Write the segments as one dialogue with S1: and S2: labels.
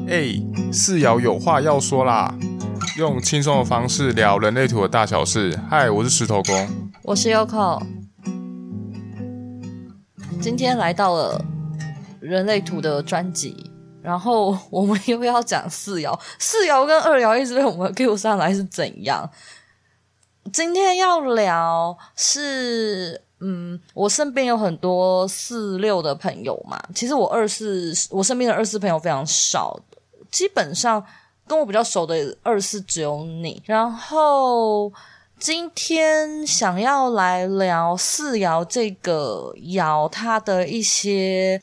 S1: 四爻有话要说啦，用轻松的方式聊人类图的大小事。嗨，我是石头公，
S2: 我是 Yoko， 今天来到了人类图的专辑，然后我们又要讲四爻跟二爻一直被我们 Q 上来是怎样。今天要聊是我身边有很多4、6的朋友嘛，其实我身边的24朋友非常少，基本上跟我比较熟的24只有你。然后今天想要来聊四爻这个爻它的一些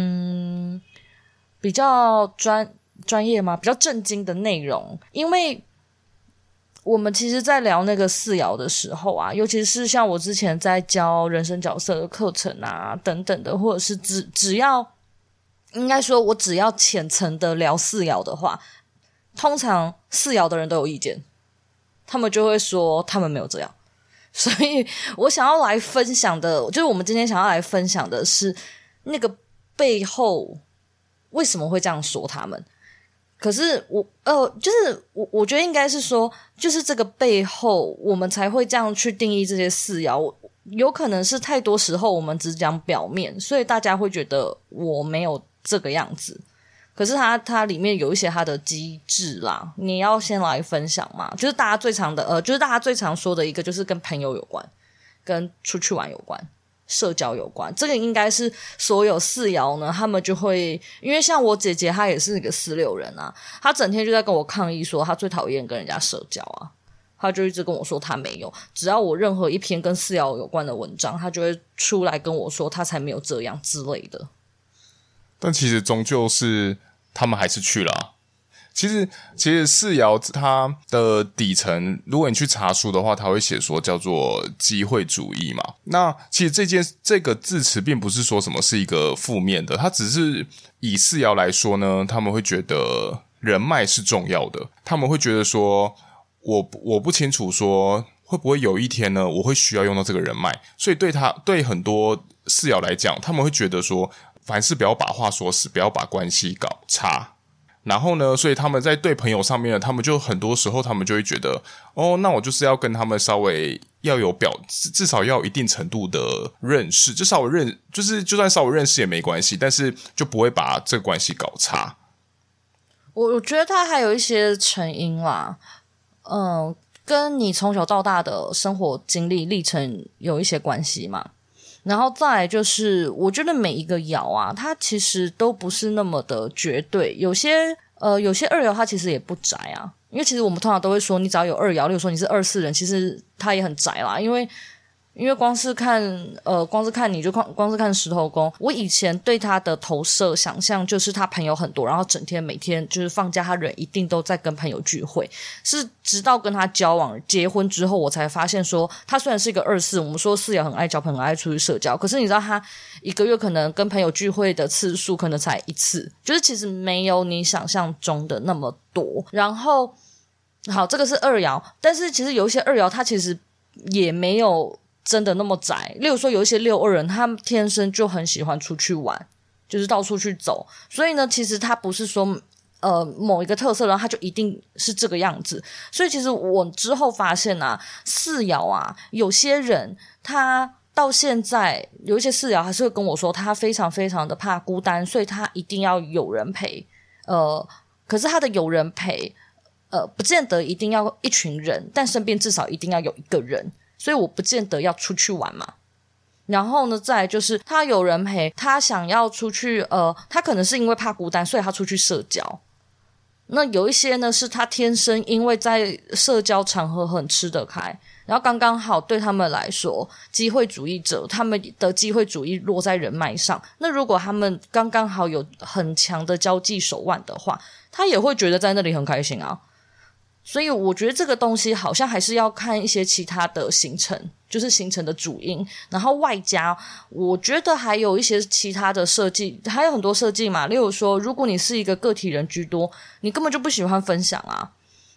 S2: 比较专业吗？比较震惊的内容，因为我们其实在聊那个四爻的时候啊，尤其是像我之前在教人生角色的课程啊等等的，或者是只要应该说我只要浅层的聊四爻的话，通常四爻的人都有意见，他们就会说他们没有这样。所以我想要来分享的，就是我们今天想要来分享的是那个背后为什么会这样说他们。可是我觉得应该是说，就是这个背后我们才会这样去定义这些四爻。有可能是太多时候我们只讲表面，所以大家会觉得我没有这个样子。可是它里面有一些它的机制啦，你要先来分享嘛。就是大家最常的就是大家最常说的一个就是跟朋友有关，跟出去玩有关，社交有关。这个应该是所有四爻呢，他们就会，因为像我姐姐她也是一个4、6人啊，她整天就在跟我抗议说她最讨厌跟人家社交啊，她就一直跟我说她没有，只要我任何一篇跟四爻有关的文章，她就会出来跟我说她才没有这样之类的。
S1: 但其实终究是他们还是去了啊。其实四爻它的底层，如果你去查书的话，它会写说叫做机会主义嘛。那其实这个字词并不是说什么是一个负面的，它只是以四爻来说呢，他们会觉得人脉是重要的，他们会觉得说我不清楚说会不会有一天呢，我会需要用到这个人脉，所以对很多四爻来讲，他们会觉得说凡事不要把话说死，不要把关系搞差。然后呢，所以他们在对朋友上面呢，他们就很多时候他们就会觉得那我就是要跟他们稍微要有至少要有一定程度的认识，就算稍微认识也没关系，但是就不会把这个关系搞差。
S2: 我觉得它还有一些成因啦，跟你从小到大的生活经历历程有一些关系嘛。然后再来就是，我觉得每一个爻啊，它其实都不是那么的绝对。有些二爻它其实也不宅啊，因为其实我们通常都会说，你只要有二爻，例如说你是24人，其实它也很宅啦，因为光是看你就光是看石头公，我以前对他的投射想象就是他朋友很多，然后整天每天就是放假，他人一定都在跟朋友聚会。是直到跟他交往结婚之后，我才发现说，他虽然是一个24，我们说四爻很爱交朋友，很爱出去社交，可是你知道他一个月可能跟朋友聚会的次数可能才1次，就是其实没有你想象中的那么多。然后好，这个是二爻，但是其实有一些二爻他其实也没有真的那么宅，例如说有一些6、2人，他们天生就很喜欢出去玩，就是到处去走，所以呢，其实他不是说某一个特色，然后他就一定是这个样子。所以其实我之后发现啊，四爻啊，有些人他到现在有一些四爻还是会跟我说，他非常非常的怕孤单，所以他一定要有人陪。可是他的有人陪，不见得一定要一群人，但身边至少一定要有一个人。所以我不见得要出去玩嘛。然后呢，再来就是他有人陪，他想要出去，他可能是因为怕孤单，所以他出去社交。那有一些呢，是他天生因为在社交场合很吃得开，然后刚刚好对他们来说，机会主义者他们的机会主义落在人脉上。那如果他们刚刚好有很强的交际手腕的话，他也会觉得在那里很开心啊。所以我觉得这个东西好像还是要看一些其他的形成，就是形成的主因，然后外加我觉得还有一些其他的设计，还有很多设计嘛。例如说，如果你是一个个体人居多，你根本就不喜欢分享啊，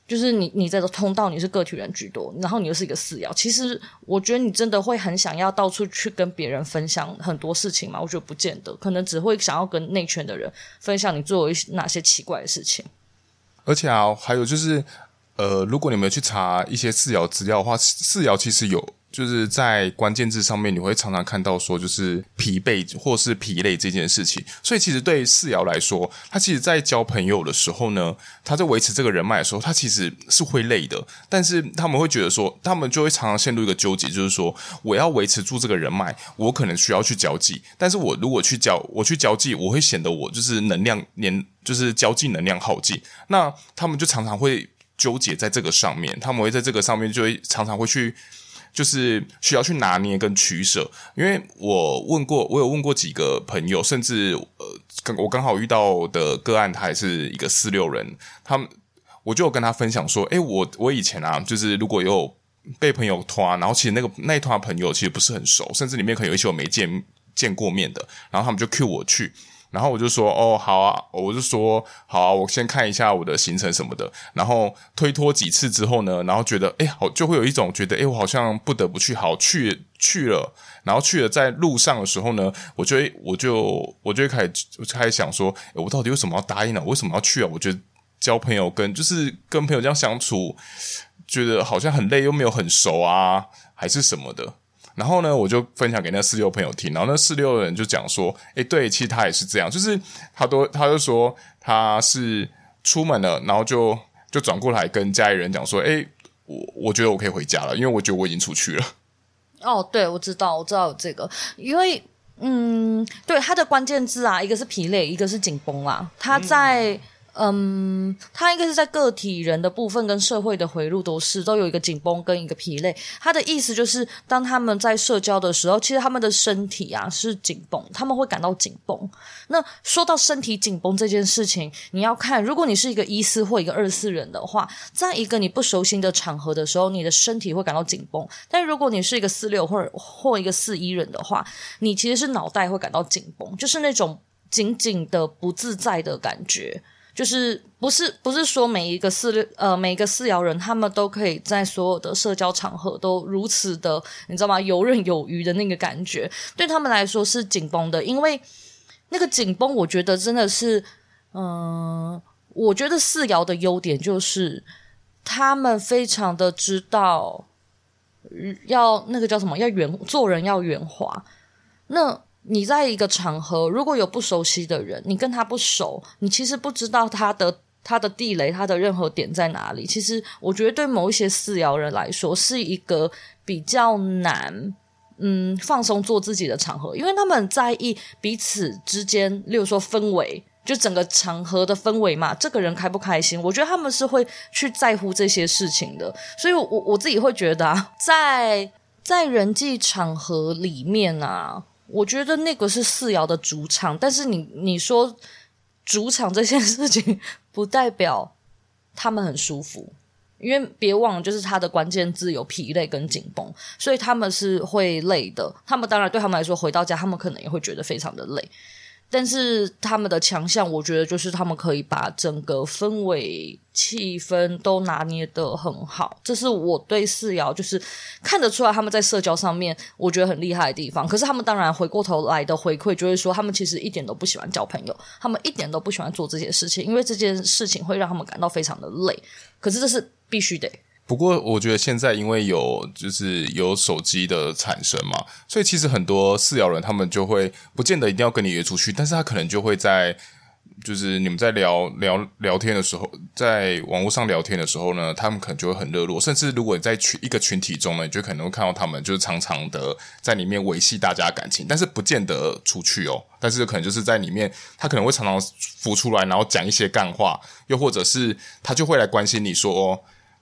S2: 就是你在这通道你是个体人居多，然后你又是一个四爻，其实我觉得你真的会很想要到处去跟别人分享很多事情吗？我觉得不见得，可能只会想要跟内圈的人分享你做哪些奇怪的事情。
S1: 而且啊，还有就是如果你们去查一些四爻资料的话，四爻其实有就是在关键字上面你会常常看到说就是疲惫或是疲累这件事情，所以其实对四爻来说，他其实在交朋友的时候呢，他在维持这个人脉的时候，他其实是会累的，但是他们会觉得说，他们就会常常陷入一个纠结，就是说我要维持住这个人脉，我可能需要去交际，但是我如果去交际，我会显得我就是就是交际能量耗尽，那他们就常常会纠结在这个上面，他们会在这个上面就会常常会去就是需要去拿捏跟取舍。因为我有问过几个朋友，甚至我刚好遇到的个案他也是一个46人，我就有跟他分享说我以前啊，就是如果有被朋友拖，然后其实那一团朋友其实不是很熟，甚至里面可能有一些我没见过面的，然后他们就 cue 我去，然后我就说好啊，我就说好啊，我先看一下我的行程什么的，然后推脱几次之后呢，然后觉得好，就会有一种觉得我好像不得不去，好去了，然后去了，在路上的时候呢，我就会开始想说我到底为什么要答应呢？我为什么要去啊？我觉得交朋友就是跟朋友这样相处，觉得好像很累，又没有很熟啊，还是什么的。然后呢，我就分享给那46朋友听，然后那46的人就讲说对，其实他也是这样，就是他就说他是出门了，然后就转过来跟家里人讲说我觉得我可以回家了，因为我觉得我已经出去了。
S2: 对，我知道有这个，因为对，它的关键字啊，一个是疲累，一个是紧绷啦，它在它应该是在个体人的部分跟社会的回路都有一个紧绷跟一个疲累。它的意思就是当他们在社交的时候，其实他们的身体啊是紧绷，他们会感到紧绷。那说到身体紧绷这件事情，你要看，如果你是一个14或一个24人的话，在一个你不熟悉的场合的时候，你的身体会感到紧绷。但如果你是一个46或一个41人的话，你其实是脑袋会感到紧绷，就是那种紧紧的不自在的感觉。就是不是说每一个四爻人他们都可以在所有的社交场合都如此的你知道吗游刃有余的那个感觉，对他们来说是紧绷的。因为那个紧绷我觉得真的是我觉得四爻的优点就是他们非常的知道要那个叫什么，做人要圆滑。那你在一个场合如果有不熟悉的人，你跟他不熟，你其实不知道他的地雷，他的任何点在哪里。其实我觉得对某一些四爻人来说是一个比较难放松做自己的场合，因为他们很在意彼此之间例如说氛围，就整个场合的氛围嘛，这个人开不开心，我觉得他们是会去在乎这些事情的。所以我自己会觉得啊，在人际场合里面啊，我觉得那个是四爻的主场，但是你说主场这件事情不代表他们很舒服，因为别忘了就是他的关键字有疲累跟紧绷，所以他们是会累的。他们当然对他们来说回到家他们可能也会觉得非常的累，但是他们的强项我觉得就是他们可以把整个氛围气氛都拿捏得很好，这是我对四爻就是看得出来他们在社交上面我觉得很厉害的地方。可是他们当然回过头来的回馈就会说他们其实一点都不喜欢交朋友，他们一点都不喜欢做这些事情，因为这件事情会让他们感到非常的累，可是这是必须的。
S1: 不过我觉得现在因为有手机的产生嘛，所以其实很多四爻人他们就会不见得一定要跟你约出去，但是他可能就会在就是你们在聊天的时候，在网络上聊天的时候呢，他们可能就会很热络，甚至如果你在一个群体中呢，你就可能会看到他们就是常常的在里面维系大家的感情，但是不见得出去但是可能就是在里面他可能会常常浮出来，然后讲一些干话，又或者是他就会来关心你说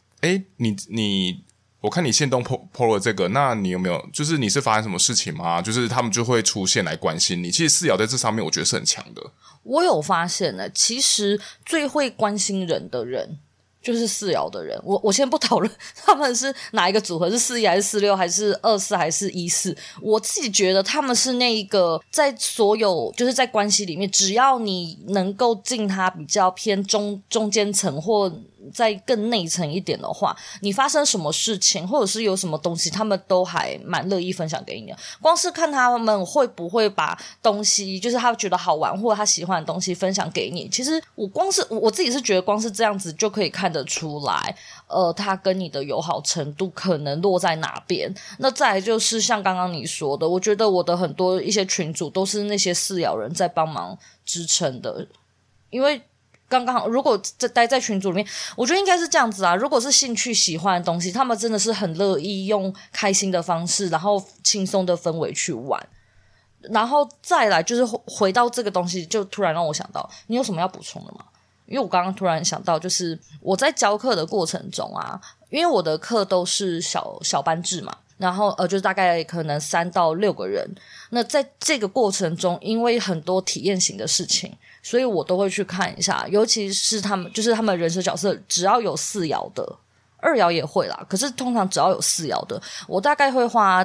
S1: 我看你限动 po 了这个，那你有没有就是你是发生什么事情吗？就是他们就会出现来关心你。其实四爻在这上面我觉得是很强的。
S2: 我有发现呢，其实最会关心人的人就是四爻的人。我先不讨论他们是哪一个组合，是41还是46还是24还是14，我自己觉得他们是那一个在所有就是在关系里面，只要你能够进他比较偏中间层或再更内层一点的话，你发生什么事情或者是有什么东西，他们都还蛮乐意分享给你的。光是看他们会不会把东西就是他觉得好玩或者他喜欢的东西分享给你，其实我自己是觉得光是这样子就可以看得出来他跟你的友好程度可能落在哪边。那再来就是像刚刚你说的，我觉得我的很多一些群组都是那些四爻人在帮忙支撑的，因为刚刚如果待在群组里面，我觉得应该是这样子啊。如果是兴趣喜欢的东西，他们真的是很乐意用开心的方式，然后轻松的氛围去玩。然后再来就是回到这个东西，就突然让我想到，你有什么要补充的吗？因为我刚刚突然想到，就是我在教课的过程中啊，因为我的课都是小班制嘛，然后就是大概可能3到6个人。那在这个过程中，因为很多体验型的事情，所以我都会去看一下，尤其是他们就是他们人设角色，只要有4爻的，2爻也会啦，可是通常只要有4爻的，我大概会花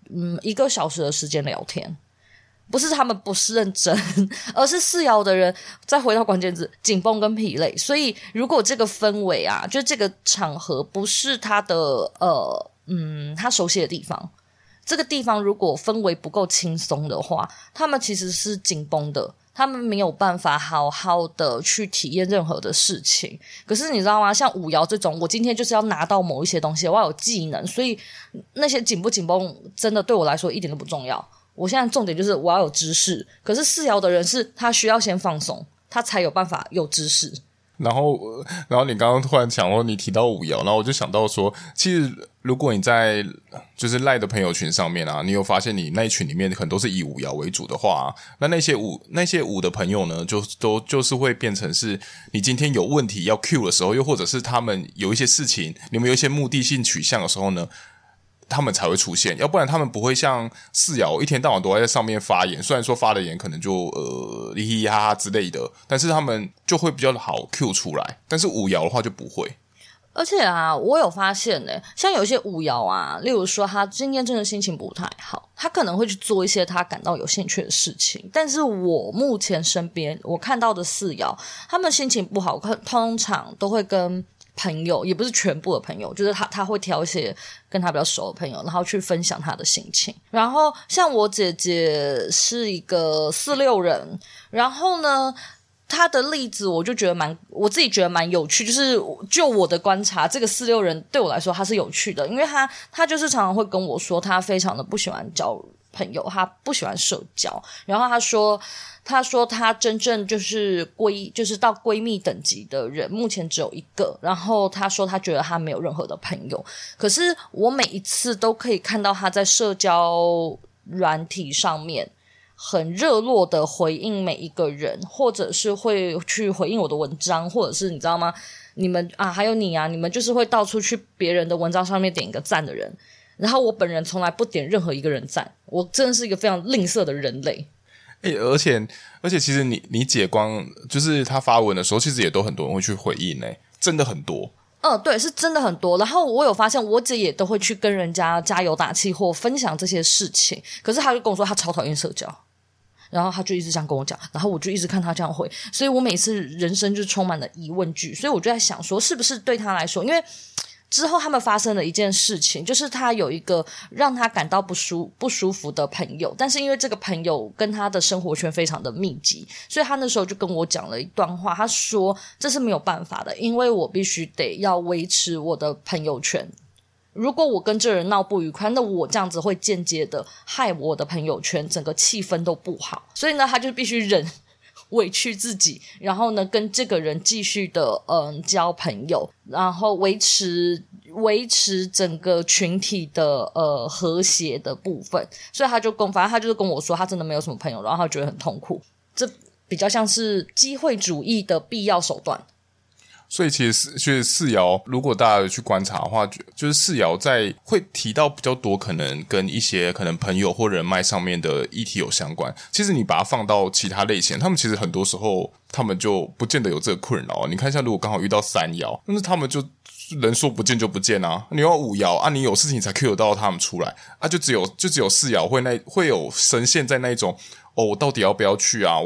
S2: 1个小时的时间聊天。不是他们不是认真，而是4爻的人再回到关键字紧绷跟疲累。所以如果这个氛围啊，就这个场合不是他的他熟悉的地方，这个地方如果氛围不够轻松的话，他们其实是紧绷的，他们没有办法好好的去体验任何的事情。可是你知道吗，像5爻这种，我今天就是要拿到某一些东西，我要有技能，所以那些紧不紧绷真的对我来说一点都不重要。我现在重点就是我要有知识，可是4爻的人是他需要先放松，他才有办法有知识。
S1: 然后你刚刚突然讲说你提到5爻，然后我就想到说，其实如果你在就是赖的朋友群上面啊，你有发现你那一群里面可能都是以5爻为主的话那些5的朋友呢，就是会变成是你今天有问题要 Q 的时候，又或者是他们有一些事情，你们有一些目的性取向的时候呢，他们才会出现，要不然他们不会像4爻一天到晚都在上面发言，虽然说发的言可能就嘻嘻哈哈之类的，但是他们就会比较好 Q 出来，但是5爻的话就不会。
S2: 而且啊，我有发现像有一些5爻啊，例如说他今天真的心情不太好，他可能会去做一些他感到有兴趣的事情，但是我目前身边我看到的4爻，他们心情不好通常都会跟朋友，也不是全部的朋友，就是他会挑一些跟他比较熟的朋友，然后去分享他的心情。然后像我姐姐是一个46人，然后呢他的例子我就觉得我自己觉得蛮有趣，就是就我的观察，这个46人对我来说他是有趣的，因为他就是常常会跟我说他非常的不喜欢交朋友，他不喜欢社交，然后他说他真正就是到闺蜜等级的人目前只有1个，然后他说他觉得他没有任何的朋友。可是我每一次都可以看到他在社交软体上面很热络的回应每一个人，或者是会去回应我的文章，或者是你知道吗，你们啊还有你啊，你们就是会到处去别人的文章上面点一个赞的人，然后我本人从来不点任何一个人赞，我真的是一个非常吝啬的人类。
S1: 而且其实你姐光就是她发文的时候，其实也都很多人会去回应真的很多。
S2: 对，是真的很多。然后我有发现我姐也都会去跟人家加油打气或分享这些事情，可是她就跟我说她超讨厌社交，然后她就一直这样跟我讲，然后我就一直看她这样回，所以我每次人生就充满了疑问句。所以我就在想说，是不是对她来说，因为之后他们发生了一件事情，就是他有一个让他感到不舒服的朋友，但是因为这个朋友跟他的生活圈非常的密集，所以他那时候就跟我讲了一段话，他说这是没有办法的，因为我必须得要维持我的朋友圈，如果我跟这人闹不愉快，那我这样子会间接的害我的朋友圈整个气氛都不好，所以呢他就必须忍委屈自己，然后呢跟这个人继续的交朋友，然后维持整个群体的和谐的部分。所以反正他就是跟我说他真的没有什么朋友，然后他觉得很痛苦，这比较像是机会主义的必要手段。
S1: 所以其实4爻如果大家有去观察的话，就是4爻在会提到比较多可能跟一些可能朋友或人脉上面的议题有相关。其实你把它放到其他类型，他们其实很多时候他们就不见得有这个困扰。你看一下，如果刚好遇到3爻，但是他们就人说不见就不见啊。你要5爻啊，你有事情才 Q 得到他们出来啊，就只有4爻会有深陷在那一种我到底要不要去啊，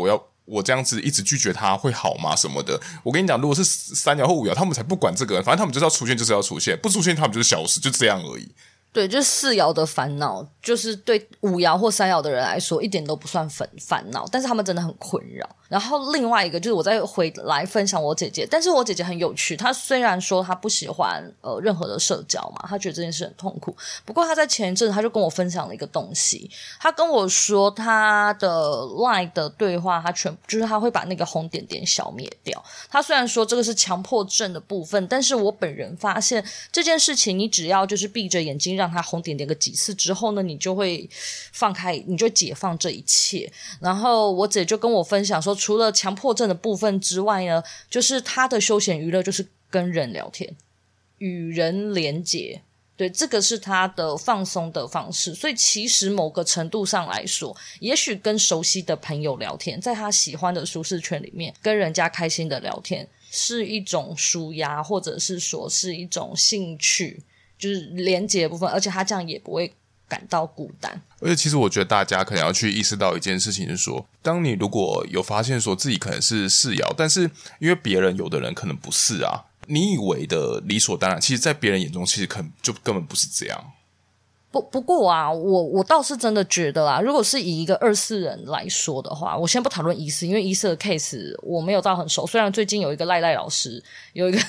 S1: 我这样子一直拒绝他会好吗什么的。我跟你讲，如果是3爻或5爻，他们才不管这个，反正他们就是要出现就是要出现，不出现他们就是消失，就这样而已。
S2: 对，就是4爻的烦恼，就是对5爻或3爻的人来说一点都不算烦恼，但是他们真的很困扰。然后另外一个就是我再回来分享我姐姐，但是我姐姐很有趣，她虽然说她不喜欢任何的社交嘛，她觉得这件事很痛苦，不过她在前一阵她就跟我分享了一个东西，她跟我说她的 LINE 的对话，就是她会把那个红点点消灭掉。她虽然说这个是强迫症的部分，但是我本人发现这件事情，你只要就是闭着眼睛让它红点点个几次之后呢，你就会放开，你就解放这一切。然后我姐就跟我分享说，除了强迫症的部分之外呢，就是她的休闲娱乐就是跟人聊天，与人连结。对，这个是她的放松的方式。所以其实某个程度上来说，也许跟熟悉的朋友聊天，在她喜欢的舒适圈里面跟人家开心的聊天，是一种抒压，或者是说是一种兴趣，就是连结的部分，而且他这样也不会感到孤单。
S1: 而且其实我觉得大家可能要去意识到一件事情，就是说当你如果有发现说自己可能是4爻，但是因为别人有的人可能不是啊，你以为的理所当然，其实在别人眼中其实可能就根本不是这样。
S2: 不过啊，我倒是真的觉得啦，如果是以一个24人来说的话，我先不讨论14，因为14的 case 我没有到很熟。虽然最近有一个赖老师，有一个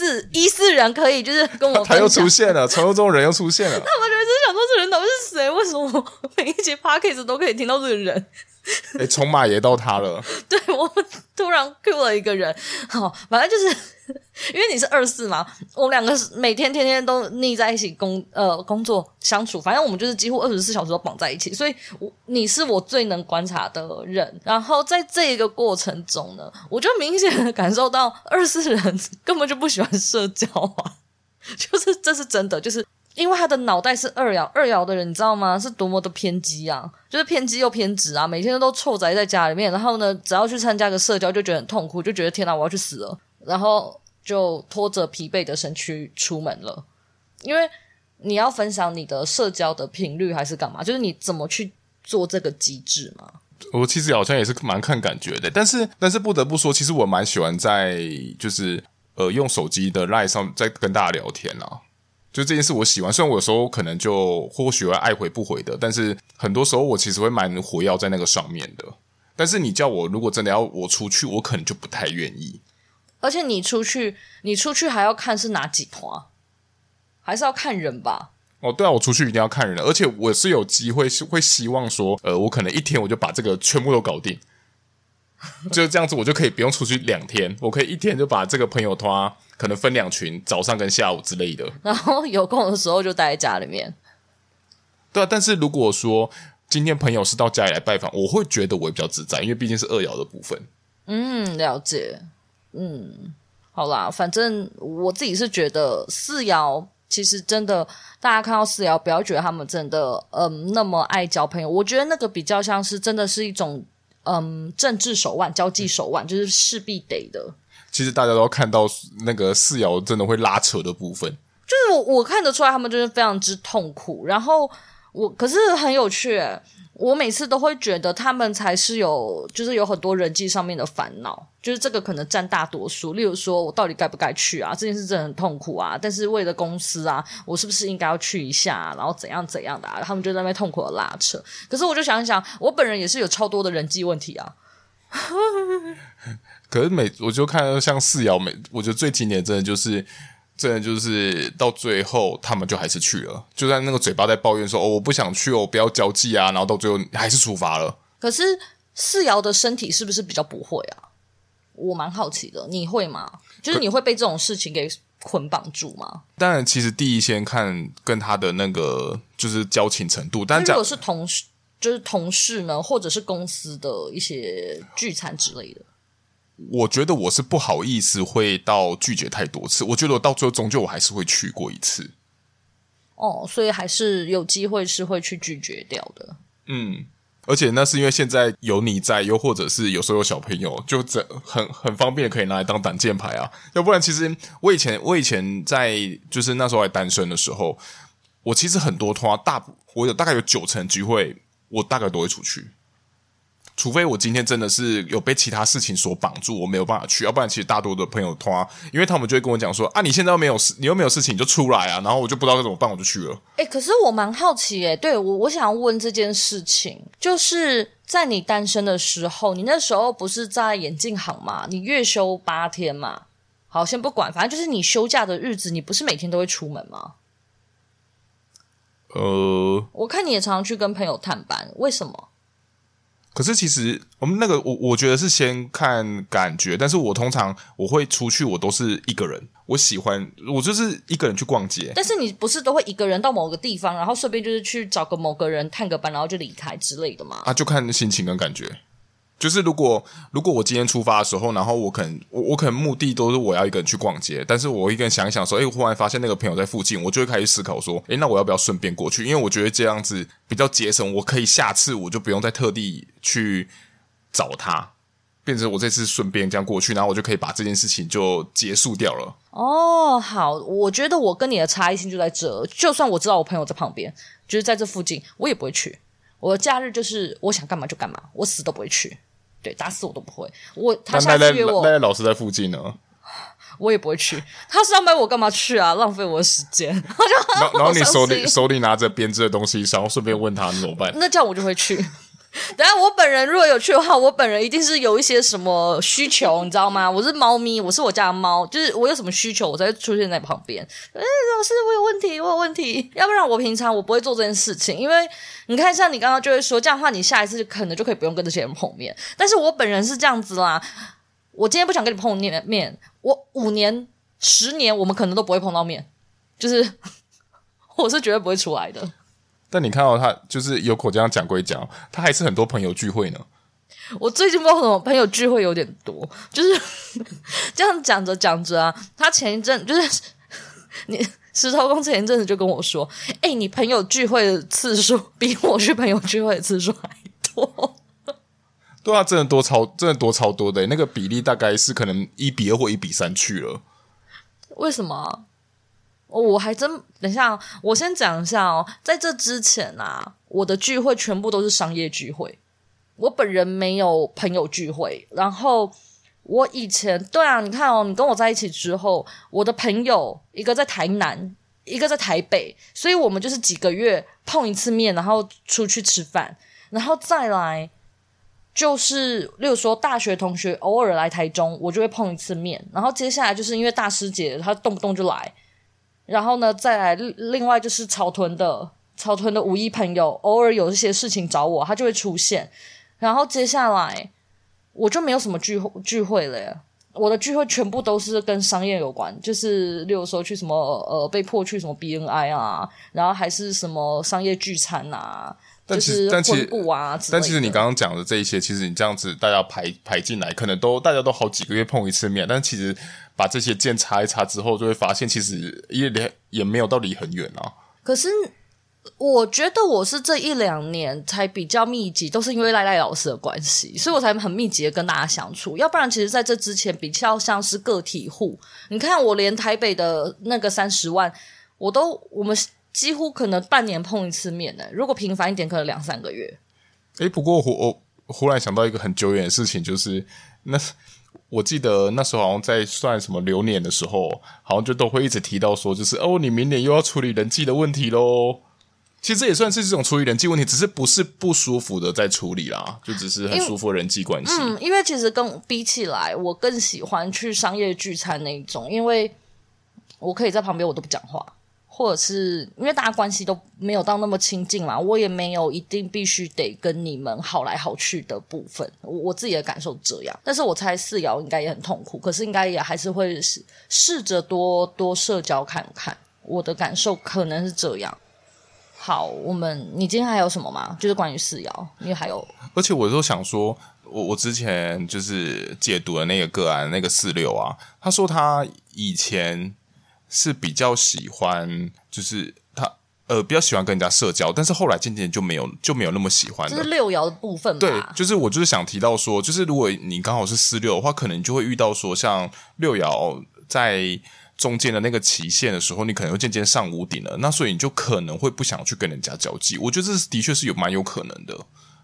S2: 14人可以就是跟我分享，
S1: 他又出现了，传说中人又出现了。
S2: 那我觉得就是想说这人到底是谁？为什么每一集 podcast 都可以听到这个人？
S1: 从马爷到他了。
S2: 对，我突然 cue 了一个人。好，反正就是因为你是24嘛，我们两个每天天天都腻在一起工作相处，反正我们就是几乎24小时都绑在一起，所以你是我最能观察的人。然后在这个过程中呢，我就明显的感受到24人根本就不喜欢社交啊，就是这是真的，就是因为他的脑袋是2爻的人，你知道吗？是多么的偏激啊，就是偏激又偏执啊，每天都臭宅在家里面，然后呢只要去参加个社交就觉得很痛苦，就觉得天哪我要去死了，然后就拖着疲惫的身躯出门了。因为你要分享你的社交的频率还是干嘛，就是你怎么去做这个机制嘛。
S1: 我其实好像也是蛮看感觉的，但是不得不说，其实我蛮喜欢在就是用手机的 LINE 上在跟大家聊天啊，就这件事我喜欢。虽然我有时候可能就或许会爱回不回的，但是很多时候我其实会蛮活跃在那个上面的。但是你叫我如果真的要我出去，我可能就不太愿意。
S2: 而且你出去还要看是哪几团，还是要看人吧。
S1: 哦，对啊，我出去一定要看人的，而且我是有机会会希望说，我可能1天我就把这个全部都搞定，就这样子，我就可以不用出去2天，我可以1天就把这个朋友团可能分2群，早上跟下午之类的，
S2: 然后有空的时候就待在家里面。
S1: 对啊，但是如果说今天朋友是到家里来拜访，我会觉得我也比较自在，因为毕竟是2爻的部分。
S2: 了解。好啦，反正我自己是觉得4爻其实真的，大家看到4爻不要觉得他们真的那么爱交朋友，我觉得那个比较像是真的是一种政治手腕、交际手腕，就是势必得的。
S1: 其实大家都看到那个4爻真的会拉扯的部分，
S2: 就是我看得出来他们就是非常之痛苦，然后可是很有趣我每次都会觉得他们才是就是有很多人际上面的烦恼，就是这个可能占大多数。例如说我到底该不该去啊，这件事真的很痛苦啊，但是为了公司啊，我是不是应该要去一下然后怎样怎样的他们就在那边痛苦的拉扯。可是我就想一想，我本人也是有超多的人际问题啊。
S1: 可是我就看到像4爻我觉得最经典真的就是到最后他们就还是去了，就在那个嘴巴在抱怨说我不想去我不要交际啊，然后到最后还是出发了。
S2: 可是4爻的身体是不是比较不会啊？我蛮好奇的，你会吗？就是你会被这种事情给捆绑住吗？
S1: 当然其实第一先看跟他的那个就是交情程度，但
S2: 如果是同事呢，或者是公司的一些聚餐之类的，
S1: 我觉得我是不好意思会到拒绝太多次，我觉得我到最后终究我还是会去过一次。
S2: 所以还是有机会是会去拒绝掉的。
S1: 而且那是因为现在有你在，又或者是有时候有小朋友，就很方便可以拿来当挡箭牌啊。要不然其实我以前在就是那时候还单身的时候，我其实很多通我大概有90%聚会我大概都会出去。 除非我今天真的是有被其他事情所绑住，我没有办法去，要不然其实大多的朋友因为他们就会跟我讲说啊，你现在又没有事，你又没有事情，你就出来啊，然后我就不知道该怎么办，我就去了。
S2: 可是我蛮好奇对我想要问这件事情，就是在你单身的时候，你那时候不是在眼镜行嘛？你月休8天嘛？好，先不管，反正就是你休假的日子，你不是每天都会出门吗？我看你也常常去跟朋友探班，为什么？
S1: 可是其实我们那个我觉得是先看感觉，但是我通常我会出去，我都是一个人，我就是一个人去逛街。但
S2: 是你不是都会一个人到某个地方，然后顺便就是去找个某个人探个班，然后就离开之类的吗？
S1: 就看心情跟感觉。就是如果我今天出发的时候，然后我可能目的都是我要一个人去逛街，但是我一个人想一想说，我忽然发现那个朋友在附近，我就会开始思考说，那我要不要顺便过去？因为我觉得这样子比较节省，我可以下次我就不用再特地去找他，变成我这次顺便这样过去，然后我就可以把这件事情就结束掉了。
S2: 好，我觉得我跟你的差异性就在这，就算我知道我朋友在旁边，就是在这附近，我也不会去。我的假日就是我想干嘛就干嘛，我死都不会去。对，打死我都不会。他下次约我，
S1: 那老师在附近呢，
S2: 我也不会去。他上班我干嘛去啊？浪费我的时间。
S1: 然后你手里拿着编织的东西，然后顺便问他你怎么办？
S2: 那这样我就会去。等一下我本人如果有去的话，我本人一定是有一些什么需求，你知道吗？我是猫咪，我是我家的猫，就是我有什么需求，我才会出现在旁边。老师，我有问题，要不然我平常我不会做这件事情，因为你看，像你刚刚就会说这样的话，你下一次可能就可以不用跟这些人碰面。但是我本人是这样子啦，我今天不想跟你碰面，我5年、10年，我们可能都不会碰到面，就是我是绝对不会出来的。
S1: 但你看到他就是有口这样讲归讲，他还是很多朋友聚会呢。
S2: 我最近不知道为什么朋友聚会有点多，就是这样讲着啊，他前一阵就是石头公前一阵子就跟我说，你朋友聚会的次数比我去朋友聚会的次数还多。
S1: 对啊，真的多超多的，那个比例大概是可能1:2或1:3去了。
S2: 为什么？我还真等一下，我先讲一下在这之前啊，我的聚会全部都是商业聚会，我本人没有朋友聚会。然后我以前对啊，你看你跟我在一起之后，我的朋友一个在台南，一个在台北，所以我们就是几个月碰一次面，然后出去吃饭，然后再来就是例如说大学同学偶尔来台中，我就会碰一次面，然后接下来就是因为大师姐她动不动就来。然后呢，再来另外就是草屯的5·1朋友，偶尔有一些事情找我，他就会出现。然后接下来我就没有什么聚会了耶，我的聚会全部都是跟商业有关，就是例如说去什么被迫去什么 BNI 啊，然后还是什么商业聚餐啊，就是婚布啊之类的。
S1: 但其实你刚刚讲的这一些，其实你这样子大家排进来，可能大家都好几个月碰一次面，但其实把这些剑插一插之后，就会发现其实也没有到离很远啊。
S2: 可是我觉得我是这1-2年才比较密集，都是因为赖老师的关系，所以我才很密集的跟大家相处。要不然其实在这之前比较像是个体户。你看我连台北的那个30万，我们几乎可能半年碰一次面呢，如果频繁一点可能2-3个月。
S1: 不过我忽然想到一个很久远的事情，就是我记得那时候好像在算什么流年的时候，好像就都会一直提到说，就是你明年又要处理人际的问题咯。其实这也算是这种处理人际问题，只是不是不舒服的在处理啦，就只是很舒服的人际关系。
S2: 因为其实比起来，我更喜欢去商业聚餐那一种，因为我可以在旁边我都不讲话，或者是因为大家关系都没有到那么亲近嘛，我也没有一定必须得跟你们好来好去的部分，我自己的感受这样。但是我猜4爻应该也很痛苦，可是应该也还是会试着多社交看看，我的感受可能是这样。好，你今天还有什么吗？就是关于4爻，因为还有，而
S1: 且我都想说，我之前就是解读的那个个案，那个46啊，他说他以前是比较喜欢，就是他比较喜欢跟人家社交，但是后来渐渐就没有那么喜欢了。这是6爻的部分吧？对，就是我就是想提到说，就是如果你刚好是46的话，可能你就会遇到说，像6爻在中间的那个期限的时候，你可能会渐渐上屋顶了，那所以你就可能会不想去跟人家交际。我觉得这的确是蛮有可能的。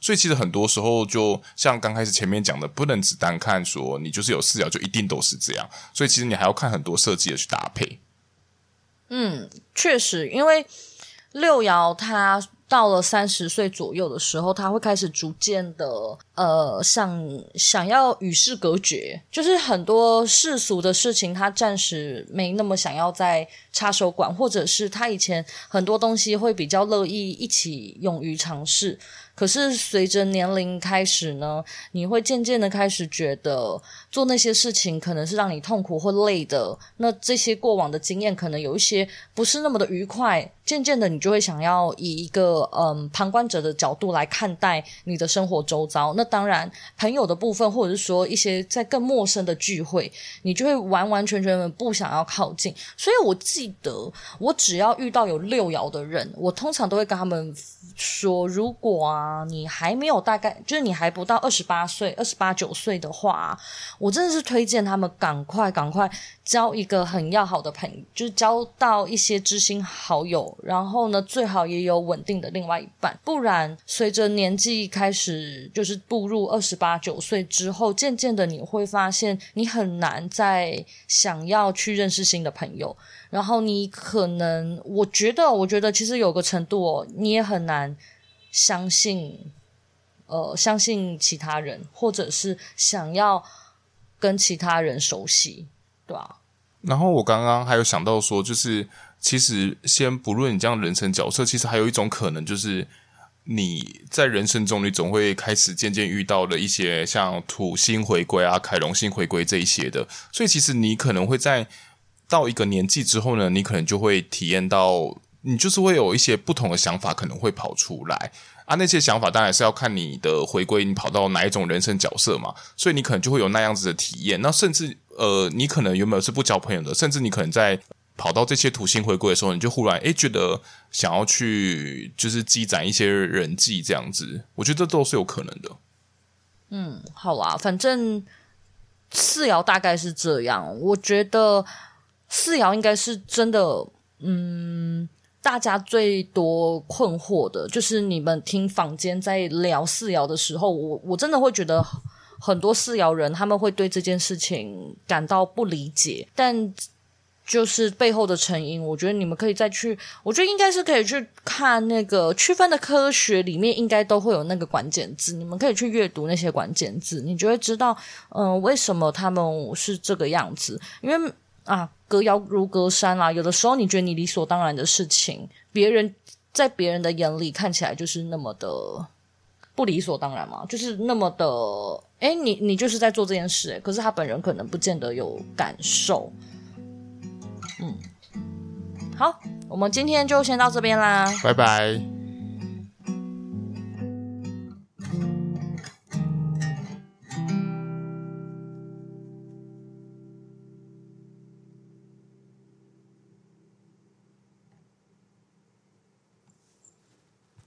S1: 所以其实很多时候就像刚开始前面讲的，不能只单看说你就是有四爻就一定都是这样，所以其实你还要看很多设计的去搭配。
S2: 确实，因为六爻它到了30岁左右的时候，他会开始逐渐的想要与世隔绝，就是很多世俗的事情他暂时没那么想要再插手管，或者是他以前很多东西会比较乐意一起勇于尝试，可是随着年龄开始呢，你会渐渐的开始觉得做那些事情可能是让你痛苦或累的，那这些过往的经验可能有一些不是那么的愉快，渐渐的你就会想要以一个旁观者的角度来看待你的生活周遭。那当然朋友的部分，或者是说一些在更陌生的聚会，你就会完完全全的不想要靠近。所以我记得我只要遇到有六爻的人，我通常都会跟他们说，如果你还没有大概就是你还不到28岁28、9岁的话，我真的是推荐他们赶快交一个很要好的朋友，就是交到一些知心好友，然后呢最好也有稳定的另外一半，不然随着年纪开始就是步入28、9岁之后，渐渐的你会发现你很难再想要去认识新的朋友，然后你可能我觉得其实有个程度你也很难相信其他人，或者是想要跟其他人熟悉，对吧？
S1: 然后我刚刚还有想到说，就是其实先不论你这样人生角色，其实还有一种可能，就是你在人生中你总会开始渐渐遇到了一些像土星回归凯龙星回归这一些的，所以其实你可能会在到一个年纪之后呢，你可能就会体验到，你就是会有一些不同的想法可能会跑出来那些想法当然是要看你的回归，你跑到哪一种人生角色嘛，所以你可能就会有那样子的体验。那甚至你可能原本是不交朋友的，甚至你可能在跑到这些土星回归的时候，你就忽然觉得想要去就是积攒一些人际这样子，我觉得这都是有可能的。
S2: 好啦，反正四爻大概是这样，我觉得四爻应该是真的大家最多困惑的就是你们听坊间在聊四爻的时候，我真的会觉得很多四爻人他们会对这件事情感到不理解，但就是背后的成因，我觉得你们可以再去，我觉得应该是可以去看那个区分的科学里面应该都会有那个关键字，你们可以去阅读那些关键字，你就会知道为什么他们是这个样子。因为隔爻如隔山啦，有的时候你觉得你理所当然的事情，在别人的眼里看起来就是那么的不理所当然嘛，就是那么的你就是在做这件事可是他本人可能不见得有感受。好，我们今天就先到这边啦，
S1: 拜拜。